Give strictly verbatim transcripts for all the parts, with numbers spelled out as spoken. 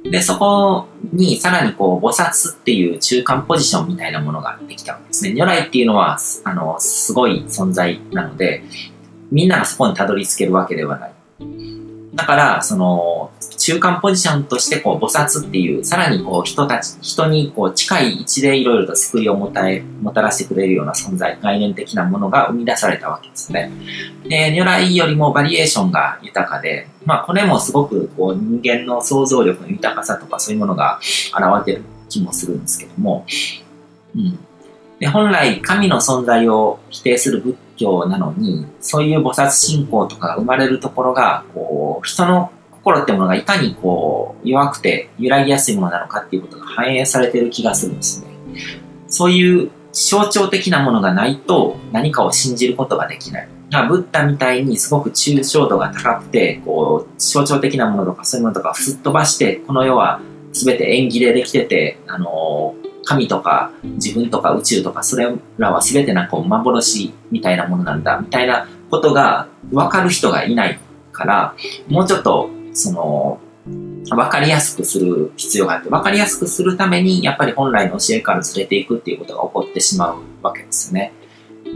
で、そこにさらにこう、菩薩っていう中間ポジションみたいなものができたわけですね。如来っていうのは、あの、すごい存在なので、みんながそこにたどり着けるわけではない。だから、その、中間ポジションとして、こう、菩薩っていう、さらにこう、人たち、人にこう、近い位置でいろいろと救いをもたえ、もたらしてくれるような存在、概念的なものが生み出されたわけですね。で、如来よりもバリエーションが豊かで、まあ、これもすごく、こう、人間の想像力の豊かさとか、そういうものが現れてる気もするんですけども、うん。で、本来、神の存在を否定する仏教なのに、そういう菩薩信仰とかが生まれるところが、こう、人の心ってものがいかにこう、弱くて揺らぎやすいものなのかっていうことが反映されている気がするんですね。そういう象徴的なものがないと何かを信じることができない。ブッダみたいにすごく抽象度が高くて、こう、象徴的なものとかそういうものとかをすっ飛ばして、この世は全て縁起でできてて、あのー、神とか自分とか宇宙とかそれらは全てなんか幻みたいなものなんだみたいなことが分かる人がいないから、もうちょっとその分かりやすくする必要があって、分かりやすくするためにやっぱり本来の教えからずれていくっていうことが起こってしまうわけですね。うん、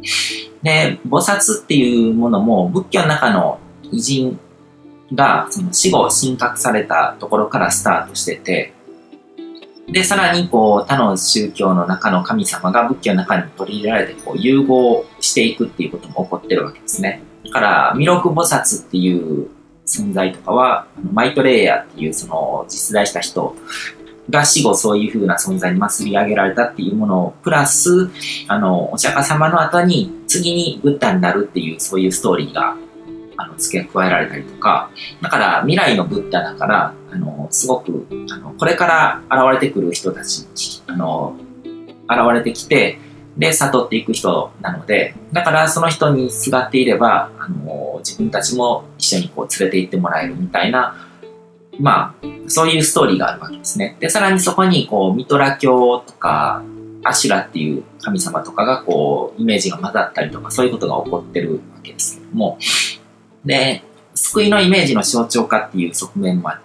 で、菩薩っていうものも仏教の中の偉人がその死後神格されたところからスタートしてて、で、さらに、こう、他の宗教の中の神様が仏教の中に取り入れられて、こう、融合していくっていうことも起こってるわけですね。だから、弥勒菩薩っていう存在とかは、マイトレイヤーっていう、その、実在した人が死後そういう風な存在に祭り上げられたっていうものを、プラス、あの、お釈迦様の後に、次にブッダになるっていう、そういうストーリーが、あの、付け加えられたりとか、だから未来のブッダだから、あの、すごく、あの、これから現れてくる人たち、あの、現れてきて、で、悟っていく人なので、だからその人にすがっていれば、あの、自分たちも一緒にこう連れて行ってもらえるみたいな、まあ、そういうストーリーがあるわけですね。で、さらにそこに、こう、ミトラ教とか、アシュラっていう神様とかが、こう、イメージが混ざったりとか、そういうことが起こってるわけですけども、で、救いのイメージの象徴化っていう側面もあって、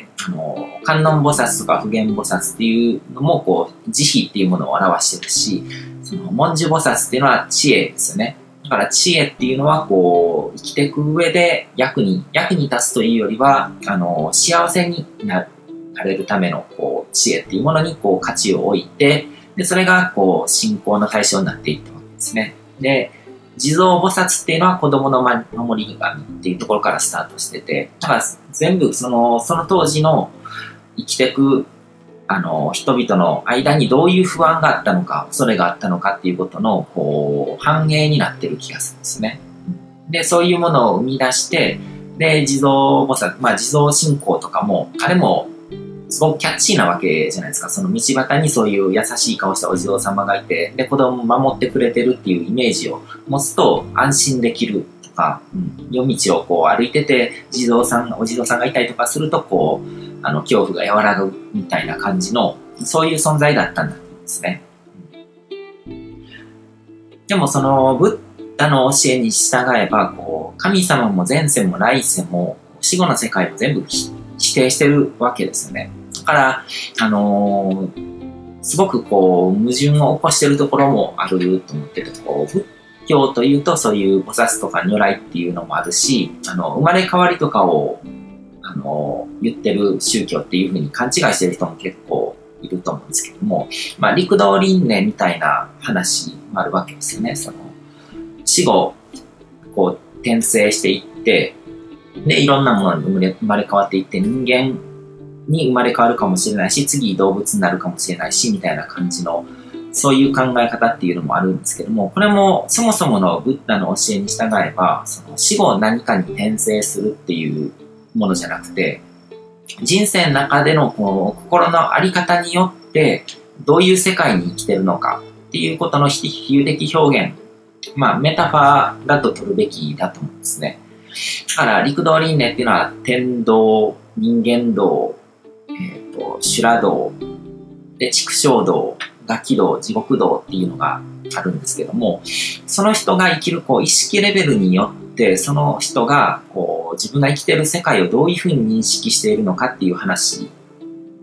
あの、観音菩薩とか普賢菩薩っていうのも、こう、慈悲っていうものを表してるし、その、文殊菩薩っていうのは知恵ですよね。だから知恵っていうのは、こう、生きていく上で役に、役に立つというよりは、あの、幸せになれるための、こう、知恵っていうものに、こう、価値を置いて、で、それが、こう、信仰の対象になっていったわけですね。で、地蔵菩薩っていうのは子供の守り神っていうところからスタートしてて、だから全部その、その当時の生きていく、あの、人々の間にどういう不安があったのか、恐れがあったのかっていうことの、こう、反映になってる気がするんですね。で、そういうものを生み出して、で、地蔵菩薩、まあ地蔵信仰とかも、彼も、すごくキャッチーなわけじゃないですか。その道端にそういう優しい顔したお地蔵様がいて、で、子供を守ってくれてるっていうイメージを持つと安心できるとか、うん、夜道をこう歩いてて、地蔵さん、お地蔵さんがいたりとかすると、こう、あの、恐怖が和らぐみたいな感じの、そういう存在だったんだと思うんですね。うん、でもその、ブッダの教えに従えば、こう、神様も前世も来世も、死後の世界も全部否定してるわけですよね。だから、あのー、すごくこう、矛盾を起こしてるところもあると思ってて、こう、仏教というとそういう菩薩とか如来っていうのもあるし、あの、生まれ変わりとかを、あのー、言ってる宗教っていうふうに勘違いしてる人も結構いると思うんですけども、まあ、陸道輪廻みたいな話もあるわけですよね。その、死後、こう、転生していって、で、いろんなものに生まれ、生まれ変わっていって、人間に生まれ変わるかもしれないし、次動物になるかもしれないし、みたいな感じの、そういう考え方っていうのもあるんですけども、これもそもそものブッダの教えに従えば、その死後何かに転生するっていうものじゃなくて、人生の中でのこう心のあり方によって、どういう世界に生きてるのかっていうことの比喩的表現、まあメタファーだと取るべきだと思うんですね。だから陸道輪廻っていうのは天道、人間道、えっと、修羅道、で、畜生道、餓鬼道、地獄道っていうのがあるんですけども、その人が生きるこう意識レベルによって、その人がこう自分が生きている世界をどういうふうに認識しているのかっていう話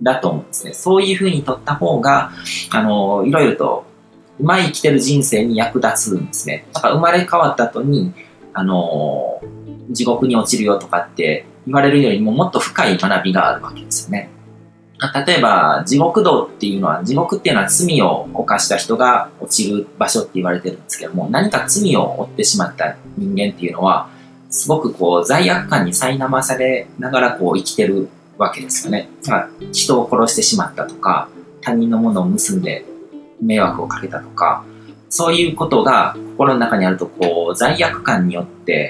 だと思うんですね。そういうふうに取った方が、あの、いろいろと、今生きてる人生に役立つんですね。だから生まれ変わった後に、あの、地獄に落ちるよとかって言われるよりももっと深い学びがあるわけですよね。例えば、地獄道っていうのは、地獄っていうのは罪を犯した人が落ちる場所って言われてるんですけども、何か罪を負ってしまった人間っていうのは、すごくこう、罪悪感に苛まされながらこう、生きてるわけですよね。人を殺してしまったとか、他人のものを盗んで迷惑をかけたとか、そういうことが心の中にあると、こう、罪悪感によって、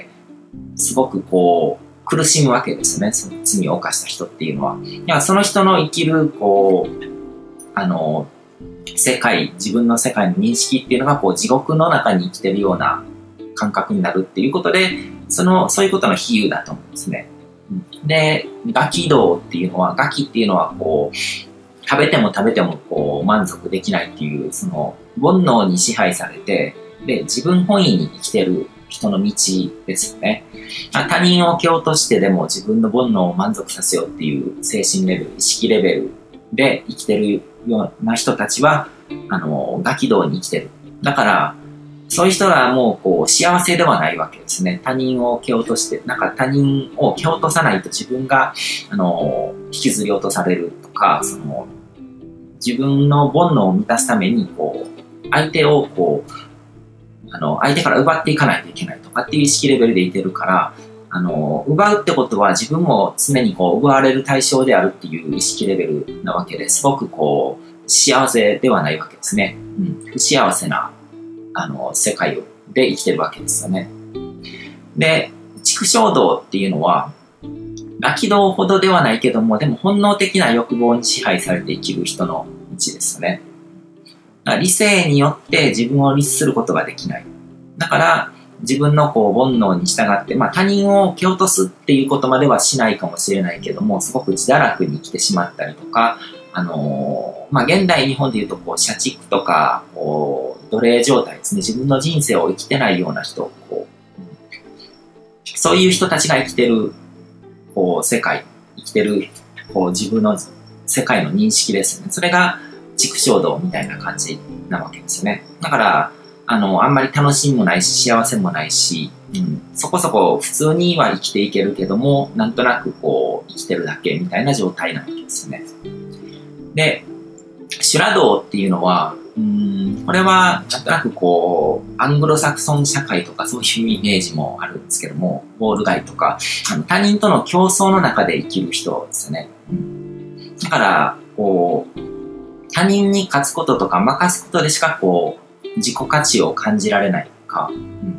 すごくこう、苦しむわけですね。その罪を犯した人っていうのは。いや、その人の生きる、こう、あの、世界、自分の世界の認識っていうのが、こう、地獄の中に生きてるような感覚になるっていうことで、その、そういうことの比喩だと思うんですね。で、餓鬼道っていうのは、餓鬼っていうのは、こう、食べても食べても、こう、満足できないっていう、その、煩悩に支配されて、で、自分本位に生きてる人の道ですよね。他人を蹴落としてでも自分の煩悩を満足させようっていう精神レベル、意識レベルで生きてるような人たちは、あの、餓鬼道に生きてる。だから、そういう人はもう、こう、幸せではないわけですね。他人を蹴落として、なんか他人を蹴落とさないと自分が、あの、引きずり落とされるとか、その、自分の煩悩を満たすために、こう、相手を、こう、あの、相手から奪っていかないといけないとかっていう意識レベルでいてるから、あの、奪うってことは自分も常にこう、奪われる対象であるっていう意識レベルなわけですごくこう、幸せではないわけですね。うん。不幸せな、あの、世界で生きてるわけですよね。で、畜生道っていうのは、餓鬼道ほどではないけども、でも本能的な欲望に支配されて生きる人の道ですよね。理性によって自分を律することができない。だから自分のこう煩悩に従って、まあ他人を蹴落とすっていうことまではしないかもしれないけども、すごく自堕落に生きてしまったりとか、あのー、まあ現代日本でいうとこう社畜とか、こう奴隷状態ですね。自分の人生を生きてないような人、こう、そういう人たちが生きてる、こう世界、生きてる、こう自分の世界の認識ですね。それが畜生道みたいな感じなわけですよね。だから、あの、あんまり楽しみもないし、幸せもないし、うん、そこそこ普通には生きていけるけども、なんとなくこう、生きてるだけみたいな状態なわけですよね。で、修羅道っていうのは、うん、これは、なんとなくこう、アングロサクソン社会とかそういうイメージもあるんですけども、ウォール街とか、あの他人との競争の中で生きる人ですよね。うん、だから、こう、他人に勝つこととか任すことでしかこう自己価値を感じられないとか、うん、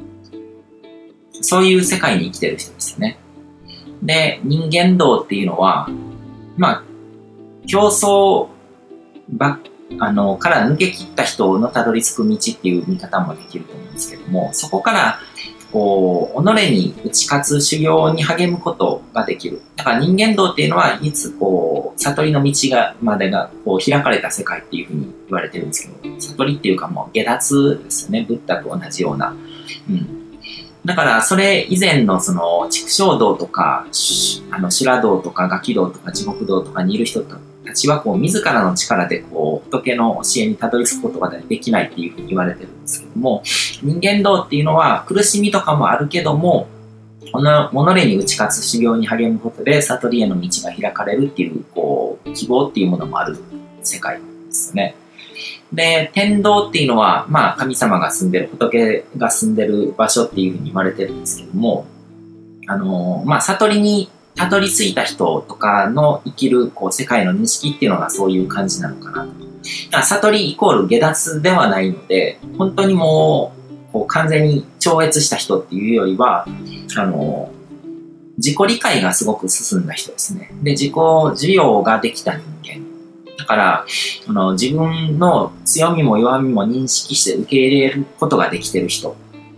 そういう世界に生きてる人ですよね。で、人間道っていうのは、まあ、競争ばあのから抜け切った人のたどり着く道っていう見方もできると思うんですけども、そこからこう己に打ち勝つ修行に励むことができる。だから人間道っていうのは、いつこう悟りの道がまでがこう開かれた世界っていうふうに言われてるんですけど、悟りっていうかもう下脱ですよね。ブッダと同じような。うん。だからそれ以前のその畜生道とか、あの修羅道とか餓鬼道とか地獄道とかにいる人たちはこう自らの力でこう仏の教えにたどり着くことができないっていうふうに言われてるんですけども、人間道っていうのは苦しみとかもあるけども、己に打ち勝つ修行に励むことで悟りへの道が開かれるっていうこう希望っていうものもある世界ですよね。で、天道っていうのは、まあ神様が住んでる、仏が住んでる場所っていうふうに言われてるんですけども、あの、まあ悟りにたどり着いた人とかの生きるこう世界の認識っていうのがそういう感じなのかなと。悟りイコール下脱ではないので、本当にもう、こう完全に超越した人っていうよりは、あの、自己理解がすごく進んだ人ですね。で、自己需要ができた人間。だから、あの自分の強みも弱みも認識して受け入れることができてる人。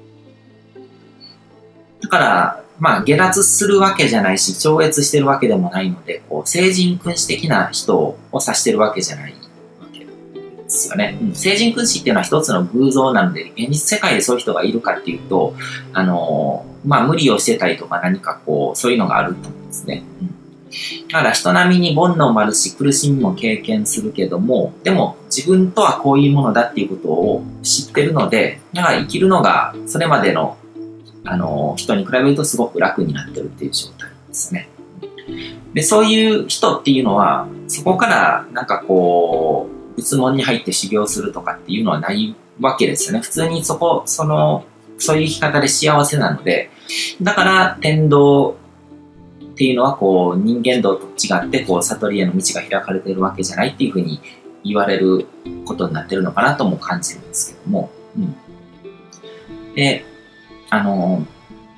だから、まあ、下脱するわけじゃないし、超越してるわけでもないので、こう、聖人君子的な人を指してるわけじゃないわけですよね。うん、聖人君子っていうのは一つの偶像なので、現実世界でそういう人がいるかっていうと、あのー、まあ、無理をしてたりとか何かこう、そういうのがあると思うんですね。うん、 だから人並みに煩悩もあるし苦しみも経験するけども、でも自分とはこういうものだっていうことを知ってるので、だから生きるのがそれまでの、あの人に比べるとすごく楽になってるっていう状態ですね。で、そういう人っていうのは、そこからなんかこう、仏門に入って修行するとかっていうのはないわけですよね。普通にそこ、その、そういう生き方で幸せなので、だから天道っていうのはこう人間道と違ってこう悟りへの道が開かれているわけじゃないっていうふうに言われることになってるのかなとも感じるんですけども。うん、で、あの、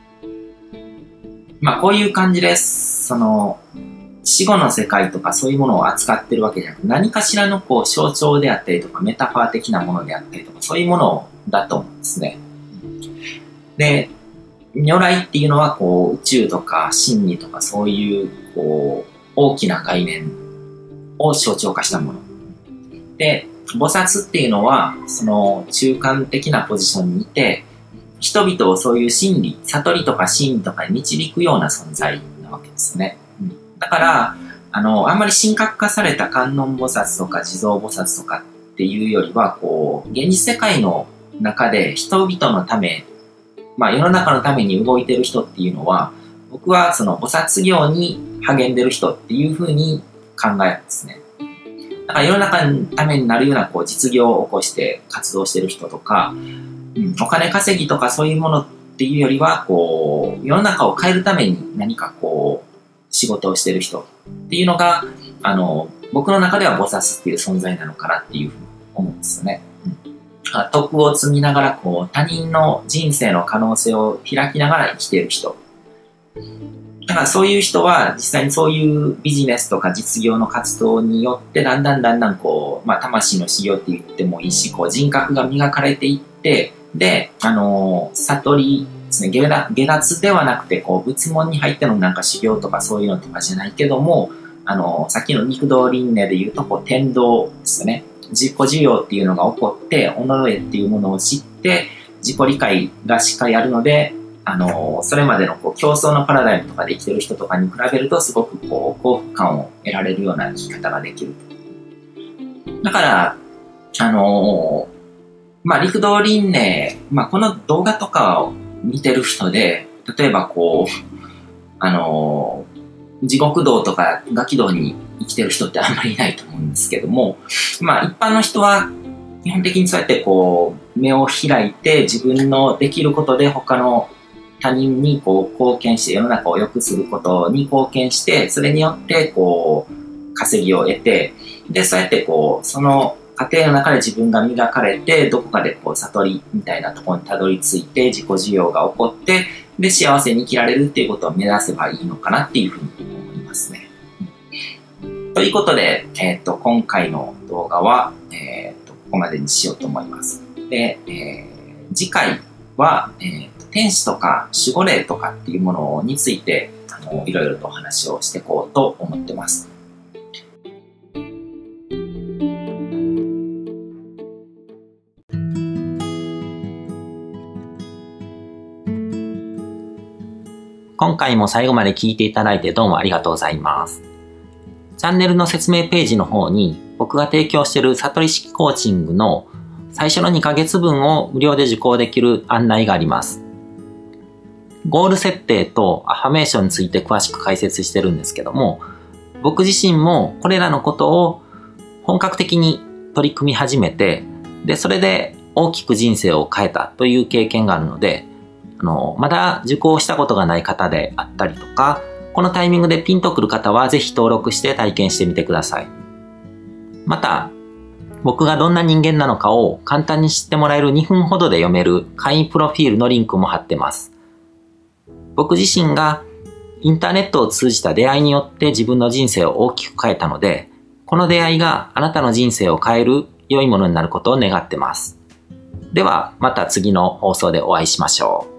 まあこういう感じです。その、死後の世界とかそういうものを扱ってるわけじゃなくて、何かしらのこう象徴であったりとかメタファー的なものであったりとか、そういうものだと思うんですね。で、如来っていうのはこう宇宙とか真理とかそういうこう大きな概念を象徴化したもの。で、菩薩っていうのはその中間的なポジションにいて、人々をそういう真理、悟りとか真理とかに導くような存在なわけですね。うん、だから、あの、あんまり神格化された観音菩薩とか地蔵菩薩とかっていうよりは、こう、現実世界の中で人々のため、まあ世の中のために動いてる人っていうのは、僕はその菩薩業に励んでる人っていうふうに考えるんですね。だから世の中のためになるようなこう実業を起こして活動してる人とか、うん、お金稼ぎとかそういうものっていうよりは、こう、世の中を変えるために何かこう、仕事をしてる人っていうのが、あの、僕の中では菩薩っていう存在なのかなっていうふうに思うんですよね。徳を積みながらこう他人の人生の可能性を開きながら生きている人。だからそういう人は実際にそういうビジネスとか実業の活動によってだんだんだんだんこう、まあ魂の修行って言ってもいいし、こう人格が磨かれていって、で、あのー、悟りですね、下脱、下脱ではなくてこう仏門に入ってのなんか修行とかそういうのとかじゃないけども、あのー、さっきの肉道輪廻で言うとこう天道ですよね。自己需要っていうのが起こって、己っていうものを知って、自己理解がしっかりあるので、あのー、それまでのこう競争のパラダイムとかで生きてる人とかに比べると、すごくこう幸福感を得られるような生き方ができる。だから、あのー、まあ、陸道輪廻、まあ、この動画とかを見てる人で、例えばこう、あのー、地獄道とか餓鬼道に生きてる人ってあんまりいないと思うんですけども、まあ一般の人は基本的にそうやってこう目を開いて自分のできることで他の他人にこう貢献して世の中を良くすることに貢献して、それによってこう稼ぎを得て、でそうやってこうその過程の中で自分が磨かれてどこかでこう悟りみたいなところにたどり着いて自己需要が起こってで幸せに生きられるっていうことを目指せばいいのかなっていうふうに思いますね。ということで、えっと、今回の動画は、えっと、ここまでにしようと思います。で、えー、次回は、えっと、天使とか守護霊とかっていうものについて、あの、いろいろとお話をしていこうと思ってます。今回も最後まで聞いていただいてどうもありがとうございます。チャンネルの説明ページの方に僕が提供している悟り式コーチングの最初のにかげつぶんを無料で受講できる案内があります。ゴール設定とアファメーションについて詳しく解説してるんですけども、僕自身もこれらのことを本格的に取り組み始めて、で、それで大きく人生を変えたという経験があるので、あの、まだ受講したことがない方であったりとか、このタイミングでピンとくる方はぜひ登録して体験してみてください。また、僕がどんな人間なのかを簡単に知ってもらえるにふんほどで読める会員プロフィールのリンクも貼ってます。僕自身がインターネットを通じた出会いによって自分の人生を大きく変えたので、この出会いがあなたの人生を変える良いものになることを願ってます。では、また次の放送でお会いしましょう。